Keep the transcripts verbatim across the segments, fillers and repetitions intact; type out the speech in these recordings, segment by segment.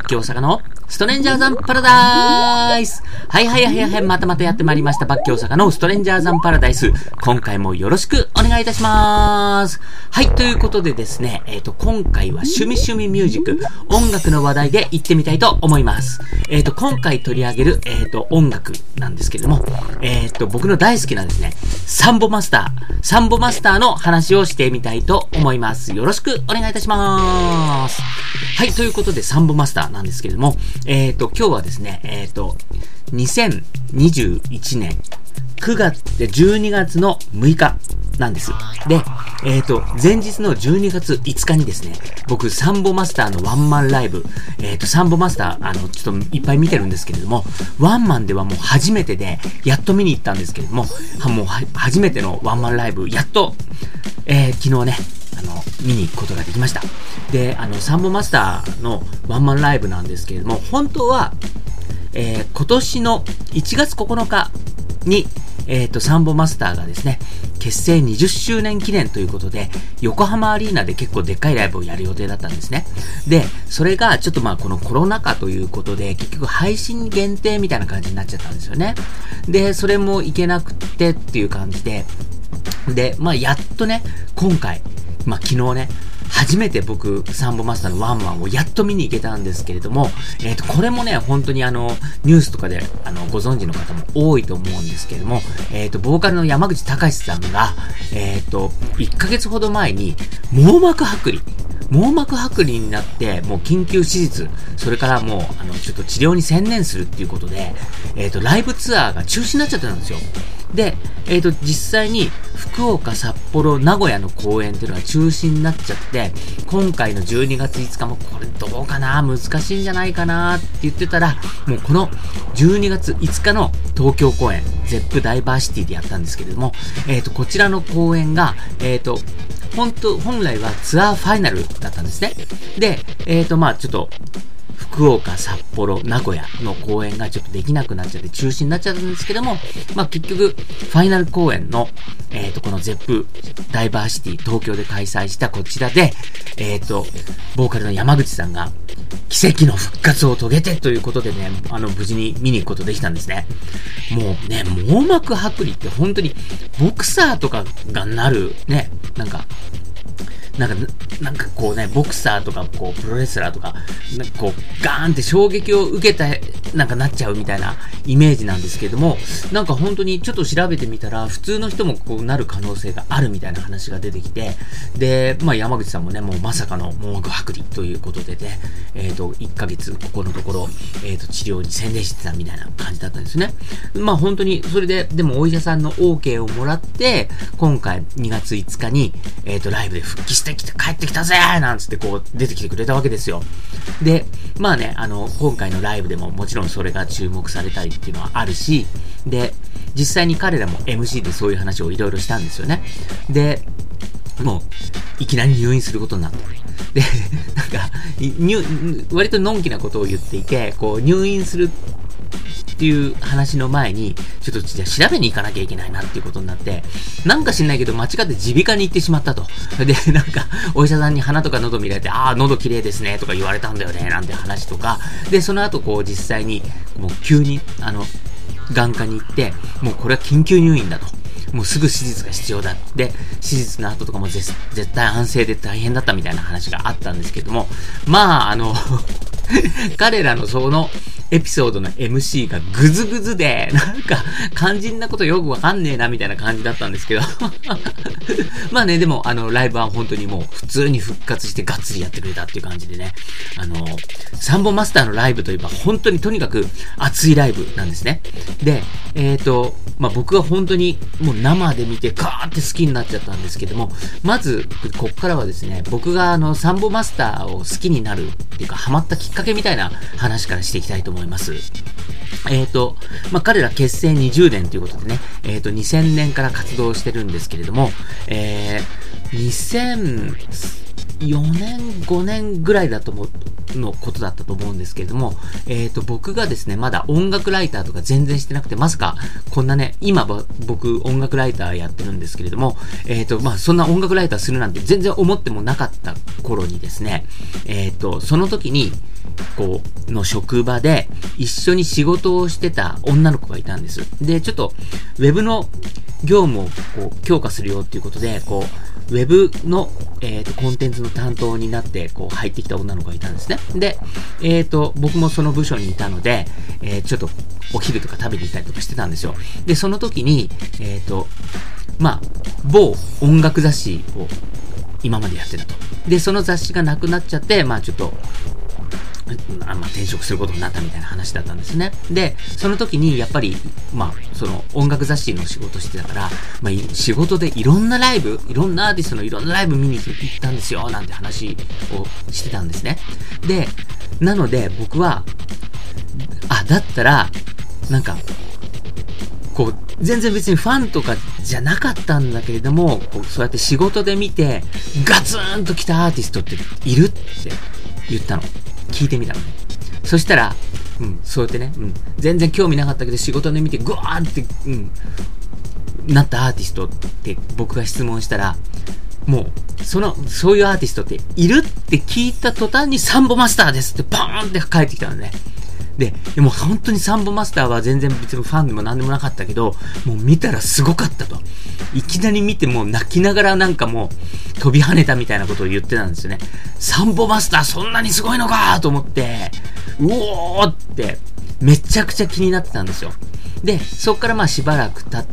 ッキー大阪のストレンジャーザンパラダイス。はいはいはいはい、またまたやってまいりました。バッキー大阪のストレンジャーザンパラダイス。今回もよろしくお願いいたします。はい、ということでですね、えっと、今回は趣味趣味ミュージック、音楽の話題で行ってみたいと思います。えっと、今回取り上げる、えっと、音楽なんですけれども、えっと、僕の大好きなですね、サンボマスター、サンボマスターの話をしてみたいと思います。よろしくお願いいたします。はい、ということで、サンボマスターなんですけれども、えっと、今日はですね、えっと、にせんにじゅういちねんくがつでじゅうにがつのむいかなんです。で、えっと、前日のじゅうにがついつかにですね、僕、サンボマスターのワンマンライブ、えっと、サンボマスター、あの、ちょっといっぱい見てるんですけれども、ワンマンではもう初めてで、やっと見に行ったんですけれども、はもうは、初めてのワンマンライブ、やっと、えー、昨日ね、あの、見に行くことができました。で、あの、サンボマスターのワンマンライブなんですけれども、本当は、えー、今年のいちがつここのかに、えっと、サンボマスターがですね、結成にじゅっしゅうねん記念ということで、横浜アリーナで結構でっかいライブをやる予定だったんですね。で、それがちょっとまあこのコロナ禍ということで、結局配信限定みたいな感じになっちゃったんですよね。で、それもいけなくてっていう感じで、で、まあやっとね、今回、まあ昨日ね、初めて僕、サンボマスターのワンマンをやっと見に行けたんですけれども、えっと、これもね、本当にあの、ニュースとかで、あの、ご存知の方も多いと思うんですけれども、えっと、ボーカルの山口隆さんが、えっと、いっかげつほど前に、網膜剥離、網膜剥離になって、もう緊急手術、それからもう、あの、ちょっと治療に専念するっていうことで、えっと、ライブツアーが中止になっちゃってたんですよ。で、えっと、実際に、福岡、札幌、名古屋の公演っていうのが中止になっちゃって、今回のじゅうにがついつかもこれどうかな、難しいんじゃないかなって言ってたら、もうこのじゅうにがついつかの東京公演、ゼップダイバーシティでやったんですけれども、えっと、こちらの公演が、えっと、本当、本来はツアーファイナルだったんですね。で、えっと、まあちょっと、福岡、札幌、名古屋の公演がちょっとできなくなっちゃって中止になっちゃったんですけども、まあ結局、ファイナル公演の、えっと、このゼップダイバーシティ東京で開催したこちらで、えっと、ボーカルの山口さんが奇跡の復活を遂げてということでね、あの、無事に見に行くことできたんですね。もうね、網膜剥離って本当にボクサーとかがなる、ね、なんか、なんか、なんかこうね、ボクサーとか、こう、プロレスラーとか、なんかこう、ガーンって衝撃を受けた、なんかなっちゃうみたいなイメージなんですけれども、なんか本当にちょっと調べてみたら、普通の人もこうなる可能性があるみたいな話が出てきて、で、まあ山口さんもね、もうまさかの網膜剥離ということでね、えっと、いっかげつここのところ、えっと、治療に専念してたみたいな感じだったんですね。まあ本当に、それで、でもお医者さんの OK をもらって、今回にがついつかに、えっと、ライブで復帰してきて帰ってきたぜーなんつってこう出てきてくれたわけですよ。で、まあね、あの、今回のライブでももちろんそれが注目されたりっていうのはあるし、で、実際に彼らも エムシー でそういう話をいろいろしたんですよね。で、もう、いきなり入院することになって。で、なんか、入、割とのんきなことを言っていて、こう、入院するっていう話の前に、ちょっとじゃあ調べに行かなきゃいけないなっていうことになって、なんか知んないけど間違って耳鼻科に行ってしまったと。で、なんか、お医者さんに鼻とか喉見られて、ああ、喉綺麗ですね、とか言われたんだよね、なんて話とか、で、その後こう実際に、もう急に、あの、眼科に行って、もうこれは緊急入院だと。もうすぐ手術が必要だって、手術の後とかも絶対安静で大変だったみたいな話があったんですけども、まあ、あの、彼らのそのエピソードの エムシー がグズグズで、なんか肝心なことよくわかんねえなみたいな感じだったんですけど。まあね、でもあのライブは本当にもう普通に復活してがっつりやってくれたっていう感じでね。あの、サンボマスターのライブといえば本当にとにかく熱いライブなんですね。で、えっと、まあ僕は本当にもう生で見てガーって好きになっちゃったんですけども、まずこっからはですね、僕があのサンボマスターを好きになるっていうかハマったきっかけみたいな話からしていきたいと思います。えっと、まあ、彼ら結成にじゅうねんということでね、えっと、にせんねんから活動してるんですけれども、えー、にせんよねん、ごねんぐらいだと思うのことだったと思うんですけれども、えっと、僕がですね、まだ音楽ライターとか全然してなくて、まさか、こんなね、今僕音楽ライターやってるんですけれども、えっと、まあ、そんな音楽ライターするなんて全然思ってもなかった頃にですね、えっと、その時に、こう、の職場で一緒に仕事をしてた女の子がいたんです。で、ちょっと、ウェブの業務をこう強化するよっていうことで、こう、ウェブの、えっと、コンテンツの担当になって、こう、入ってきた女の子がいたんですね。で、えっと、僕もその部署にいたので、えー、ちょっと、お昼とか食べに行ったりとかしてたんですよ。で、その時に、えっと、まあ、某音楽雑誌を今までやってたと。で、その雑誌がなくなっちゃって、まあちょっと、まあ、転職することになったみたいな話だったんですね。で、その時にやっぱり、まあ、その音楽雑誌の仕事してたから、まあ、仕事でいろんなライブ、いろんなアーティストのいろんなライブ見に行ったんですよ、なんて話をしてたんですね。で、なので僕は、あ、だったら、なんか、こう、全然別にファンとかじゃなかったんだけれども、こうそうやって仕事で見て、ガツンと来たアーティストっているって言ったの。聞いてみたのね。そしたら、うん、そうやってね、うん、全然興味なかったけど仕事で見てグワーって、うん、なったアーティストって僕が質問したら、もう、その、そういうアーティストっているって聞いた途端にサンボマスターですってパーンって帰ってきたのね。で、でも本当にサンボマスターは全然別にファンでも何でもなかったけど、もう見たらすごかったと。いきなり見てもう泣きながらなんかもう飛び跳ねたみたいなことを言ってたんですよね。サンボマスターそんなにすごいのかと思って、うおーってめちゃくちゃ気になってたんですよ。で、そっからまあしばらく経って、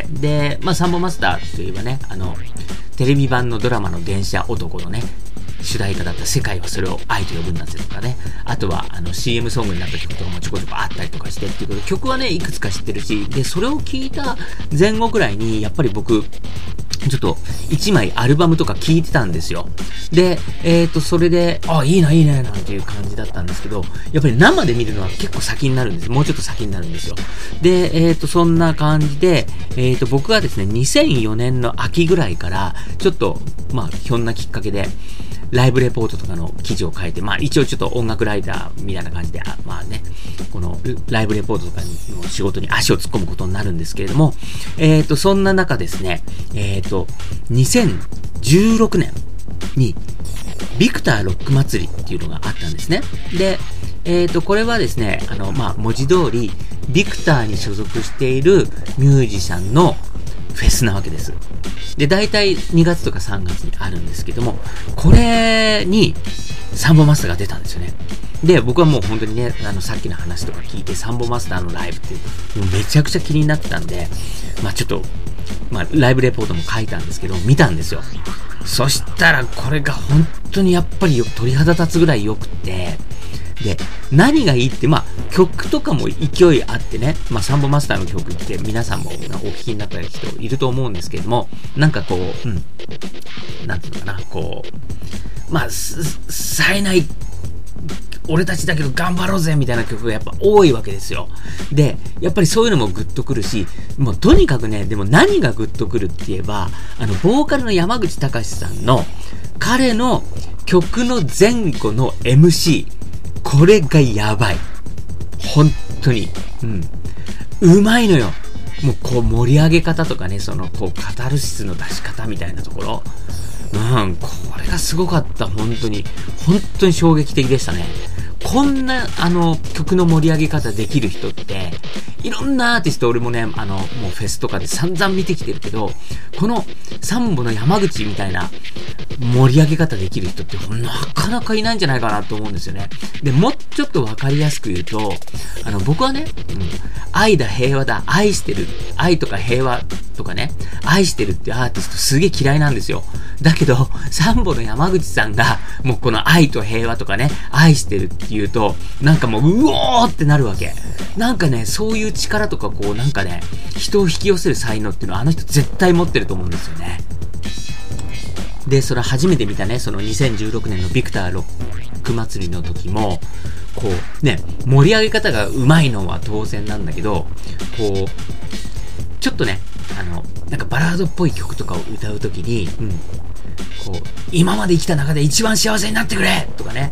で、まあサンボマスターといえばね、あの、テレビ版のドラマの電車男のね、主題歌だった世界はそれを愛と呼ぶんだぜとかね。あとはあの シーエム ソングになった曲とかもちょこちょこあったりとかしてっていうことで、曲はね、いくつか知ってるし、で、それを聞いた前後くらいに、やっぱり僕、ちょっと一枚アルバムとか聞いてたんですよ。で、えっと、それで、あ、いいないいね、なんていう感じだったんですけど、やっぱり生で見るのは結構先になるんです。もうちょっと先になるんですよ。で、えっと、そんな感じで、えっと、僕はですね、にせんよねんの秋ぐらいから、ちょっと、まあ、ひょんなきっかけで、ライブレポートとかの記事を書いて、まあ一応ちょっと音楽ライターみたいな感じで、あまあね、このライブレポートとかの仕事に足を突っ込むことになるんですけれども、えっと、そんな中ですね、えっと、にせんじゅうろくねんに、ビクターロック祭りっていうのがあったんですね。で、えっと、これはですね、あの、まあ文字通り、ビクターに所属しているミュージシャンのフェスなわけです。で、大体にがつとかさんがつにあるんですけども、これにサンボマスターが出たんですよね。で、僕はもう本当にね、あの、さっきの話とか聞いて、サンボマスターのライブって、もうめちゃくちゃ気になってたんで、まあちょっと、まあライブレポートも書いたんですけど、見たんですよ。そしたら、これが本当にやっぱり鳥肌立つぐらい良くて、で、何がいいって、まあ、曲とかも勢いあってね、まあ、サンボマスターの曲って皆さんもお聞きになった人いると思うんですけれども、なんかこう、うん、なんていうのかな、こう、まあ、冴えない、俺たちだけど頑張ろうぜみたいな曲がやっぱ多いわけですよ。で、やっぱりそういうのもグッとくるし、もうとにかくね、でも何がグッとくるって言えば、あの、ボーカルの山口隆さんの、彼の曲の前後の エムシー、これがやばい。本当に。うん。うまいのよ。もうこう盛り上げ方とかね、そのこうカタルシスの出し方みたいなところ。うん、これがすごかった。本当に。本当に衝撃的でしたね。こんな、あの、曲の盛り上げ方できる人って、いろんなアーティスト、俺もね、あの、もうフェスとかで散々見てきてるけど、このサンボの山口みたいな盛り上げ方できる人ってなかなかいないんじゃないかなと思うんですよね。で、もうちょっとわかりやすく言うと、あの、僕はね、うん、愛だ、平和だ、愛してる、愛とか平和とかね、愛してるってアーティストすげえ嫌いなんですよ。だけど、サンボの山口さんが、もうこの愛と平和とかね、愛してるっていうと、なんかもう、うおーってなるわけ。なんかね、そういう力とかこう、なんかね、人を引き寄せる才能っていうのはあの人絶対持ってると思うんですよね。で、それ初めて見たね、そのにせんじゅうろくねんのビクターロック祭りの時も、こう、ね、盛り上げ方が上手いのは当然なんだけど、こう、ちょっとね、あの、なんかバラードっぽい曲とかを歌うときに、うん、こう、今まで生きた中で一番幸せになってくれとかね、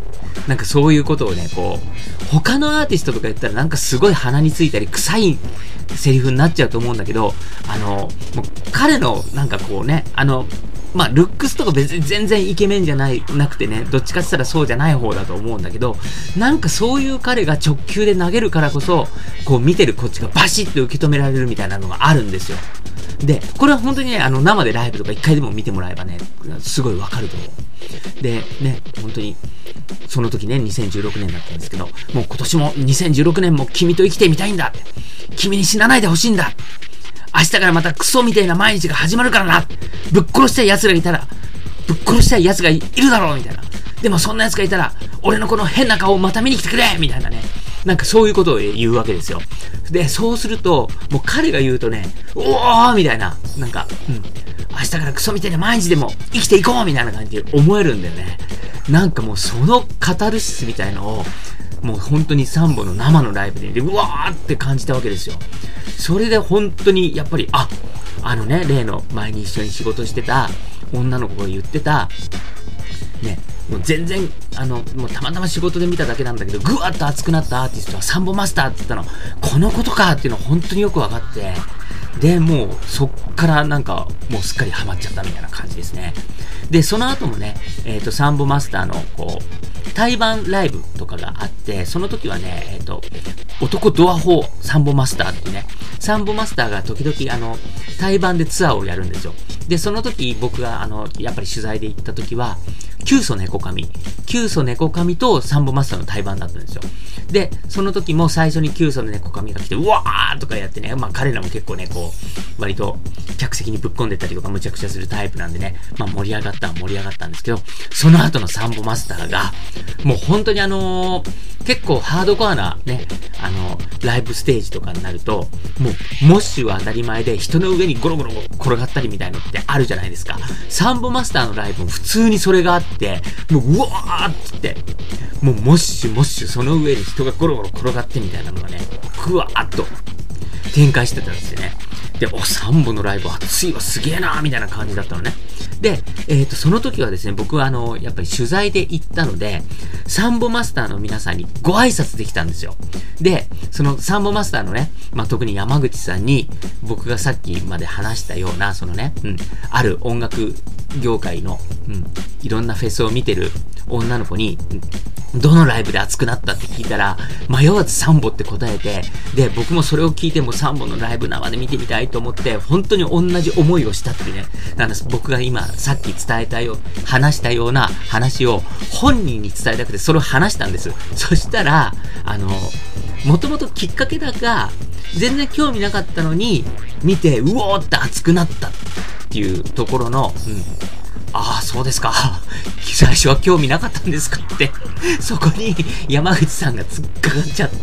なんかそういうことをね、こう、他のアーティストとか言ったらなんかすごい鼻についたり臭いセリフになっちゃうと思うんだけど、あの、もう彼のなんかこうね、あの、まあ、ルックスとか別に全然イケメンじゃない、なくてね、どっちかって言ったらそうじゃない方だと思うんだけど、なんかそういう彼が直球で投げるからこそ、こう見てるこっちがバシッと受け止められるみたいなのがあるんですよ。で、これは本当にね、あの、生でライブとか一回でも見てもらえばね、すごいわかると思う。で、ね、本当に、その時ね、にせんじゅうろくねんだったんですけど、もう今年もにせんじゅうろくねんも君と生きてみたいんだ。君に死なないでほしいんだ。明日からまたクソみたいな毎日が始まるからな。ぶっ殺したい奴らがいたら、ぶっ殺したい奴が い, いるだろうみたいな。でもそんな奴がいたら、俺のこの変な顔をまた見に来てくれみたいなね。なんかそういうことを言うわけですよ。で、そうすると、もう彼が言うとね、おーみたいな、なんか、うん。明日からクソみたいな毎日でも生きていこうみたいな感じで思えるんだよね。なんかもうそのカタルシスみたいのを、もう本当にサンボの生のライブで、うわーって感じたわけですよ。それで本当にやっぱり、あ、あのね、例の前に一緒に仕事してた女の子が言ってた、ね、もう全然、あの、もうたまたま仕事で見ただけなんだけど、ぐわっと熱くなったアーティストはサンボマスターって言ったの、このことかっていうの本当によくわかって、で、もうそっからなんかもうすっかりハマっちゃったみたいな感じですね。で、その後もね、えっと、サンボマスターのこう、対バンライブとかがあって、その時はね、えっと、男ドアフォーサンボマスターってね、サンボマスターが時々あの、対バンでツアーをやるんですよ。で、その時僕があの、やっぱり取材で行った時は、キュウソネコカミ、キュウソネコカミとサンボマスターの対バンだったんですよ。で、その時も最初にキュウソネコカミが来て、うわーとかやってね、まあ彼らも結構ね、こう、割と客席にぶっ込んでったりとかむちゃくちゃするタイプなんでね、まあ盛り上がったは盛り上がったんですけど、その後のサンボマスターが、もう本当にあのー、結構ハードコアなね、あのー、ライブステージとかになると、もう、モッシュは当たり前で人の上にゴロゴロ転がったりみたいのってあるじゃないですか。サンボマスターのライブも普通にそれがあって、もう、うわーって、もう、モッシュモッシュ、その上に人がゴロゴロ転がってみたいなのがね、ぐわーっと展開してたんですよね。で、お、サンボのライブ熱いわ、すげえなーみたいな感じだったのね。で、えっと、その時はですね、僕はあの、やっぱり取材で行ったので、サンボマスターの皆さんにご挨拶できたんですよ。で、そのサンボマスターのね、まあ、特に山口さんに、僕がさっきまで話したような、そのね、うん、ある音楽業界の、うん、いろんなフェスを見てる女の子に、うんどのライブで熱くなったって聞いたら、迷わずサンボって答えて、で、僕もそれを聞いてもサンボのライブ生で見てみたいと思って、本当に同じ思いをしたってね、なんです僕が今さっき伝えたよ、話したような話を本人に伝えたくて、それを話したんです。そしたら、あの、もともときっかけだが、全然興味なかったのに、見て、うおーって熱くなったっていうところの、うん。ああ、そうですか。最初は興味なかったんですかって。そこに山口さんが突っかかっちゃって。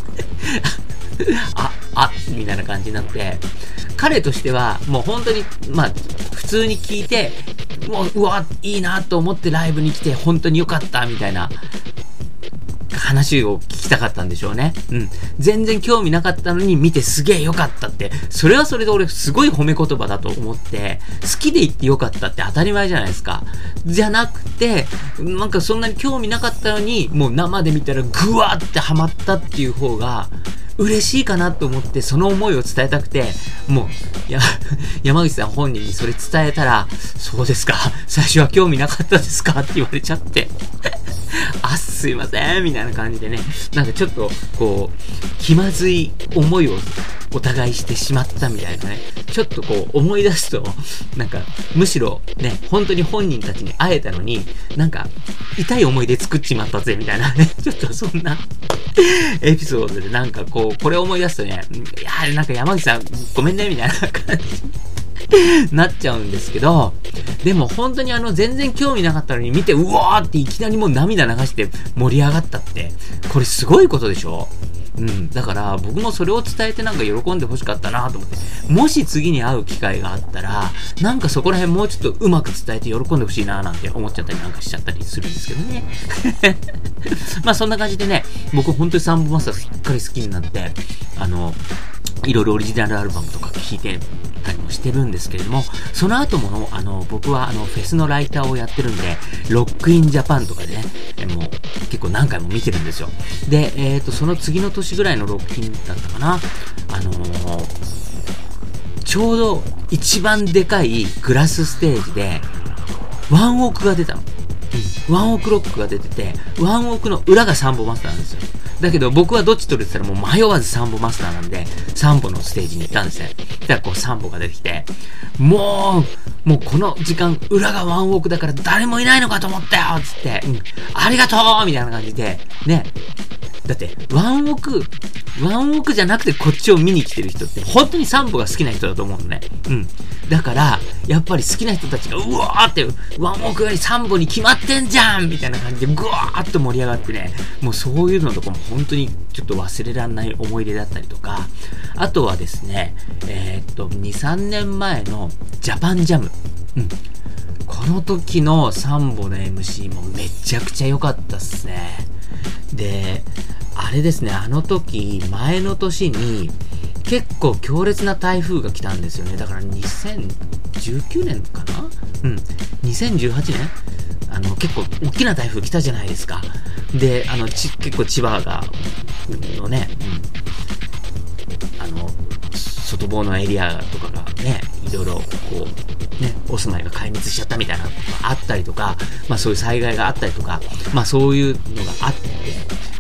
あ、あ、みたいな感じになって。彼としては、もう本当に、まあ、普通に聞いて、もう、うわ、いいなと思ってライブに来て、本当に良かった、みたいな。話を聞きたかったんでしょうね。うん。全然興味なかったのに見てすげえ良かったって、それはそれで俺すごい褒め言葉だと思って、好きで言って良かったって当たり前じゃないですか。じゃなくて、なんかそんなに興味なかったのに、もう生で見たらグワーってハマったっていう方が、嬉しいかなと思って、その思いを伝えたくて、もう、や、山口さん本人にそれ伝えたら、そうですか、最初は興味なかったですかって言われちゃって、あ、すいません、みたいな感じでね、なんかちょっと、こう、気まずい思いをお互いしてしまったみたいなね、ちょっとこう思い出すと、なんか、むしろね、本当に本人たちに会えたのに、なんか、痛い思い出作っちまったぜ、みたいなね、ちょっとそんな、エピソードでなんかこう、これ思い出すとね、いやーなんか山口さんごめんねみたいな感じなっちゃうんですけど、でも本当にあの全然興味なかったのに見てうわーっていきなりもう涙流して盛り上がったって、これすごいことでしょ。うん、だから僕もそれを伝えてなんか喜んで欲しかったなと思って、もし次に会う機会があったらなんかそこら辺もうちょっとうまく伝えて喜んでほしいななんて思っちゃったりなんかしちゃったりするんですけどねまあそんな感じでね、僕本当にサンボマスターすっかり好きになって、あのいろいろオリジナルアルバムとか聴いてたりももしてるんですけれども、その後もの、あの、僕はあの、フェスのライターをやってるんで、ロックインジャパンとかでね、えもう結構何回も見てるんですよ。で、えっと、その次の年ぐらいのロックインだったかな、あのー、ちょうど一番でかいグラスステージで、ワンオクが出たの。うん、ワンオクロックが出てて、ワンオクの裏がサンボマスターなんですよ。だけど僕はどっち取るって言ったらもう迷わずサンボマスターなんで、サンボのステージに行ったんですね。だからこうサンボが出てきて、もう、もうこの時間裏がワンオクだから誰もいないのかと思ったよつって、うん、ありがとうみたいな感じで、ね。だって、ワンオク、ワンオクじゃなくてこっちを見に来てる人って、本当にサンボが好きな人だと思うのね。うん。だから、やっぱり好きな人たちが、うわーって、ワンオクよりサンボに決まってんじゃんみたいな感じで、ぐわーっと盛り上がってね、もうそういうのとかも本当にちょっと忘れらんない思い出だったりとか、あとはですね、えー、っと、に、さんねんまえのジャパンジャム。うん。この時のサンボの エムシー もめちゃくちゃ良かったっすね。で、あれですね、あの時、前の年に、結構強烈な台風が来たんですよね。だからにせんじゅうきゅうねんかな？うん。にせんじゅうはちねん？あの、結構大きな台風来たじゃないですか。で、あの、ち、結構千葉が、のね、うん。あの、外房のエリアとかがね、いろいろこう、ね、お住まいが壊滅しちゃったみたいなのがあったりとか、まあそういう災害があったりとか、まあそういうのがあって、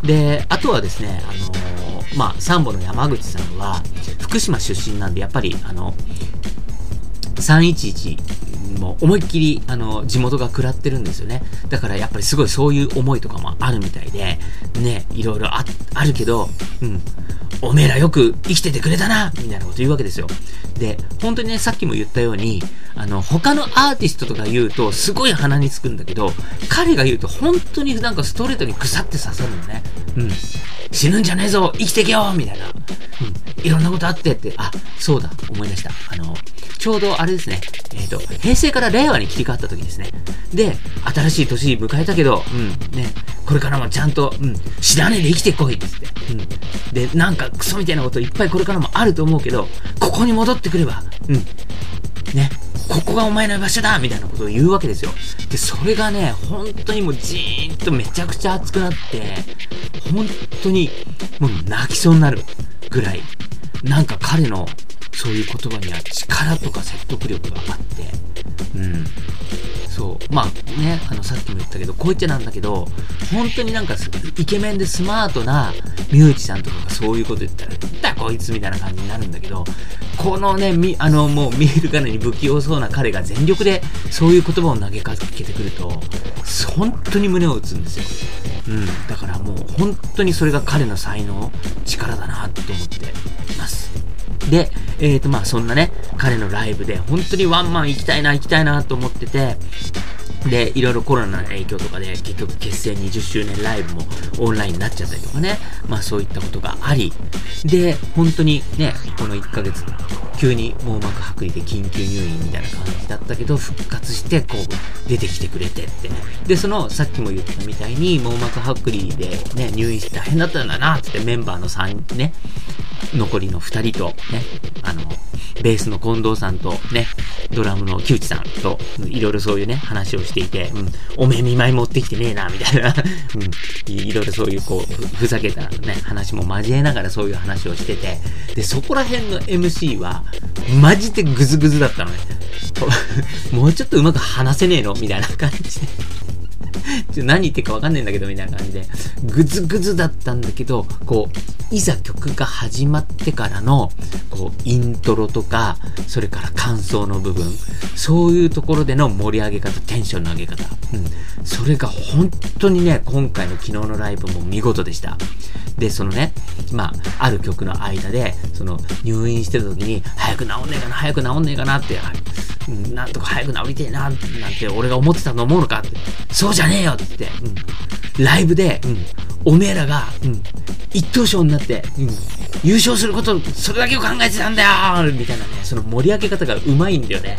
で、あとはですね、あのー、まあサンボの山口さんは、福島出身なんで、やっぱり、あの、さんいちいちもう思いっきり、あの、地元が食らってるんですよね。だからやっぱりすごいそういう思いとかもあるみたいで、ね、いろいろあ、あるけど、うん、おめえらよく生きててくれたなみたいなこと言うわけですよ。で、本当にね、さっきも言ったように、あの、他のアーティストとか言うと、すごい鼻につくんだけど、彼が言うと本当になんかストレートに腐って刺さるのね。うん。死ぬんじゃねえぞ生きてけよみたいな。うん。いろんなことあってって、あ、そうだ、思い出した。あの、ちょうどあれですね、えっと、平成から令和に切り替わった時ですね。で、新しい年迎えたけど、うん、ね、これからもちゃんと、うん、知らねえで生きてこいっつって。うん。で、なんかクソみたいなこといっぱいこれからもあると思うけど、ここに戻ってくれば、うん、ね、ここがお前の居場所だみたいなことを言うわけですよ。で、それがね、本当にもうじーんとめちゃくちゃ熱くなって、本当にもう泣きそうになるぐらい、なんか彼のそういう言葉には力とか説得力があって、うん。そう。まあね、あの、さっきも言ったけど、こう言っちゃなんだけど、本当になんかイケメンでスマートなミュージシャンとかがそういうこと言ったら、なんだこいつみたいな感じになるんだけど、このね、み、あの、もう見えるからに不器用そうな彼が全力でそういう言葉を投げかけてくると、本当に胸を打つんですよ。うん。だからもう本当にそれが彼の才能、力だなって思っています。で、えーと、まあそんなね、彼のライブで本当にワンマン行きたいな行きたいなと思ってて、で、いろいろコロナの影響とかで結局結成にじゅっしゅうねんライブもオンラインになっちゃったりとかね、まあそういったことがあり、で、本当にね、このいっかげつ、急に網膜剥離で緊急入院みたいな感じだったけど、復活してこう出てきてくれてって。で、そのさっきも言ったみたいに網膜剥離でね、入院して大変だったんだなってメンバーのさんね、残りのふたりとね、あの、ベースの近藤さんとね、ドラムの木内さんと、いろいろそういうね、話をしていて、うん、おめえ見舞い持ってきてねえな、みたいな、うん、いろいろそういうこう、ふ、ふざけたね、話も交えながらそういう話をしてて、で、そこら辺の エムシー は、マジでグズグズだったのね。もうちょっとうまく話せねえのみたいな感じで。ちょ何言ってるかわかんないんだけどみたいな感じでグズグズだったんだけど、こういざ曲が始まってからのこうイントロとか、それから感想の部分、そういうところでの盛り上げ方、テンションの上げ方、うん、それが本当にね、今回の昨日のライブも見事でした。で、そのね、まあある曲の間でその入院してた時に早く治んねえかな早く治んねえかなって、うん、なんとか早く治りてえななんて俺が思ってたと思うのかって、そうじゃねえよって、うん、ライブで、うん、おめえらが、うん、一等賞になって、うん、優勝すること、それだけを考えてたんだよみたいなね、その盛り上げ方がうまいんだよね。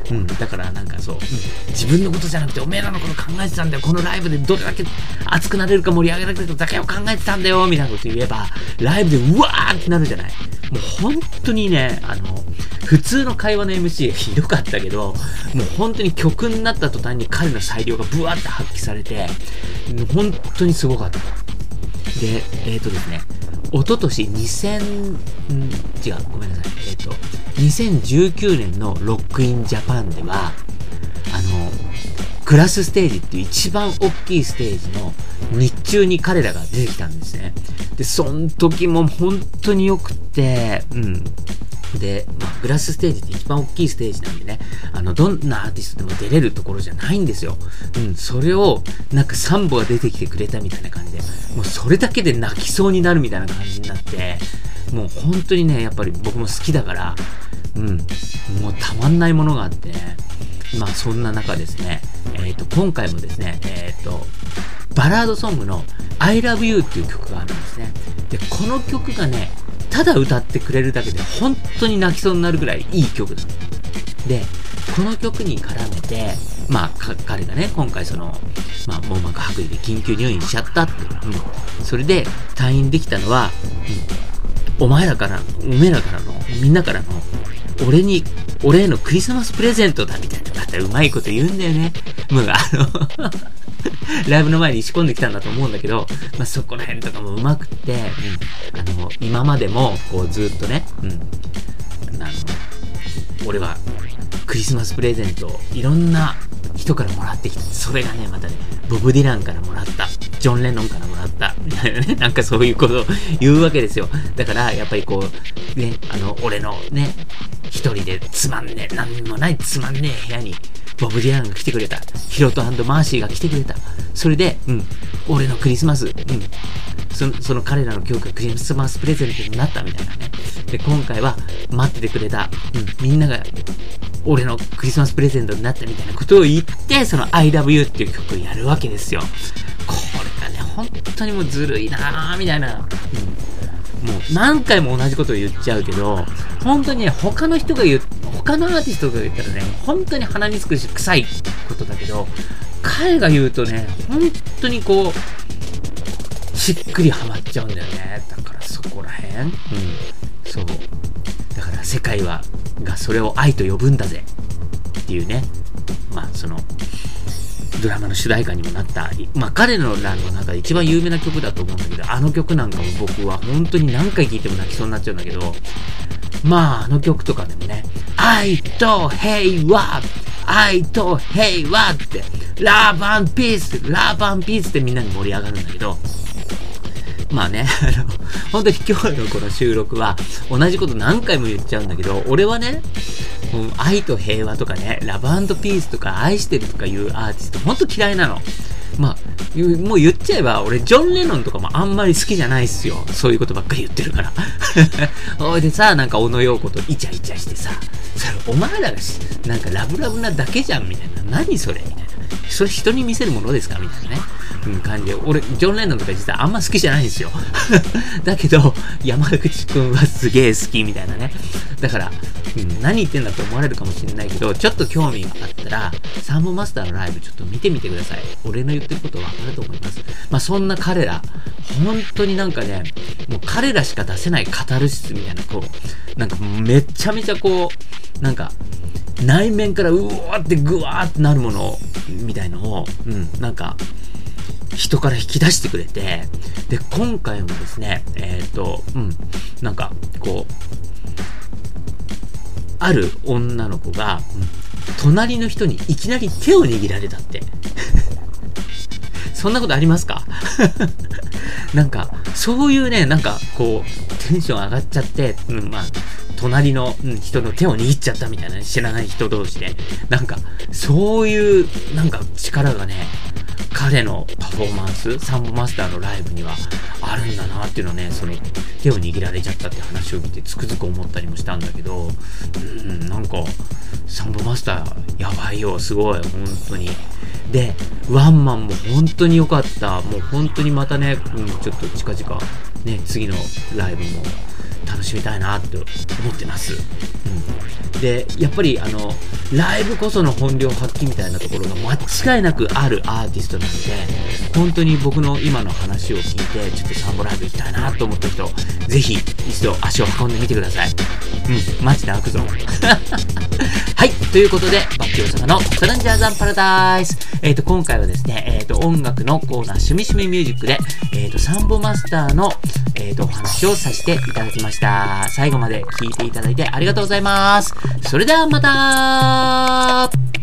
うん、だからなんかそう、うん、自分のことじゃなくておめえらのこと考えてたんだよ、このライブでどれだけ熱くなれるか盛り上げられるかだけを考えてたんだよみたいなこと言えばライブでうわーってなるじゃない。もう本当にね、あの普通の会話の エムシー ひどかったけど、もう本当に曲になった途端に彼の裁量がブワーって発揮されて、本当にすごかった。で、えっとですね、一昨年にせん、ん違う、ごめんなさい。えっと、にせんじゅうきゅうねんのロックインジャパンでは、あの、グラスステージっていう一番大きいステージの日中に彼らが出てきたんですね。で、その時も本当に良くて、うん。で、まあ、グラスステージって一番大きいステージなんでね、あの、どんなアーティストでも出れるところじゃないんですよ。うん、それを、なんかサンボが出てきてくれたみたいな感じで、もうそれだけで泣きそうになるみたいな感じになって、もう本当にね、やっぱり僕も好きだから、うん、もうたまんないものがあってね、まあそんな中ですね、えっと、今回もですね、えっと、バラードソングの I Love You っていう曲があるんですね。で、この曲がね、ただ歌ってくれるだけで本当に泣きそうになるぐらいいい曲です。で、この曲に絡めて、まあ、彼がね、今回その、まあ、網膜剥離で緊急入院しちゃったって、うん。それで退院できたのは、うん、お前らから、おめえらからの、みんなからの、俺に、俺へのクリスマスプレゼントだみたいな、またうまいこと言うんだよね。もうあの、ライブの前に仕込んできたんだと思うんだけど、まあ、そこら辺とかもうまくって、うん、あの、今までも、こうずっとね、うん、あの、俺はクリスマスプレゼントをいろんな人からもらってきた。それがね、またね、ボブ・ディランからもらった。ジョン・レノンからもらった。みたいなね、なんかそういうことを言うわけですよ。だから、やっぱりこう、ね、あの、俺のね、一人でつまんねえ、なんにもないつまんねえ部屋に、ボブ・ディランが来てくれた。ヒロト&マーシーが来てくれた。それで、うん、俺のクリスマス、うん、その、その彼らの曲がクリスマスプレゼントになったみたいなね。で、今回は待っててくれた、うん、みんなが、俺のクリスマスプレゼントになったみたいなことを言って、その I Love You っていう曲をやるわけですよ。これがね、本当にもうずるいなぁ、みたいな。うんもう何回も同じことを言っちゃうけど、本当にね、他の人が言う、他のアーティストが言ったらね、本当に鼻につくし臭いことだけど、彼が言うとね、本当にこう、しっくりはまっちゃうんだよね。だからそこらへん、うん、そう。だから世界は、がそれを愛と呼ぶんだぜっていうね、まあその、ドラマの主題歌にもなったり、まあ彼のらの中で一番有名な曲だと思うんだけど、あの曲なんかも僕は本当に何回聴いても泣きそうになっちゃうんだけど、まああの曲とかでもね、愛と平和、愛と平和って、ラブ&ピース、ラブ&ピースってみんなに盛り上がるんだけど、まあね、あの、本当に今日のこの収録は同じこと何回も言っちゃうんだけど、俺はね、もう愛と平和とかね、ラブ&ピースとか愛してるとかいうアーティスト本当嫌いなの。まあ、もう言っちゃえば、俺ジョン・レノンとかもあんまり好きじゃないっすよ。そういうことばっかり言ってるから。おいでさ、なんか小野洋子とイチャイチャしてさ、それお前らがなんかラブラブなだけじゃんみたいな。何それみたいな。それ人に見せるものですかみたいなね。うん、感じで。俺、ジョン・レノンとか実はあんま好きじゃないんですよ。だけど、山口くんはすげえ好きみたいなね。だから、うん、何言ってんだって思われるかもしれないけど、ちょっと興味があったら、サンボマスターのライブちょっと見てみてください。俺の言ってることは分かると思います。まあ、そんな彼ら、本当になんかね、もう彼らしか出せないカタルシスみたいな、こう、なんかめちゃめちゃこう、なんか、内面からうわーってぐわーってなるものみたいのを、うん、なんか、人から引き出してくれて、で、今回もですね、えっと、うん、なんか、こう、ある女の子が、うん、隣の人にいきなり手を握られたって。そんなことありますか？なんか、そういうね、なんか、こう、テンション上がっちゃって、うん、まあ、隣の、うん、人の手を握っちゃったみたいな、ね、知らない人同士で。なんか、そういう、なんか力がね、彼のパフォーマンス、サンボマスターのライブにはあるんだなっていうのをね、その手を握られちゃったって話を見てつくづく思ったりもしたんだけど、うん、なんか、サンボマスターやばいよ、すごい、本当に。で、ワンマンも本当に良かった。もう本当にまたね、うん、ちょっと近々、ね、次のライブも楽しみたいなって思ってます。うん、で、やっぱりあの、 ライブこその本領発揮みたいなところが間違いなくあるアーティストなので、本当に僕の今の話を聞いて、ちょっとサンボライブ行きたいなと思った人、ぜひ一度足を運んでみてください。うん、マジで開くぞ。はい、ということで、バッキー大阪のストレンジャーザンパラダイス。えっと、今回はですね、えっと、音楽のコーナー、趣味趣味ミュージックで、えっと、サンボマスターの、えっと、お話をさせていただきました。最後まで聞いていただいてありがとうございます。それではまたー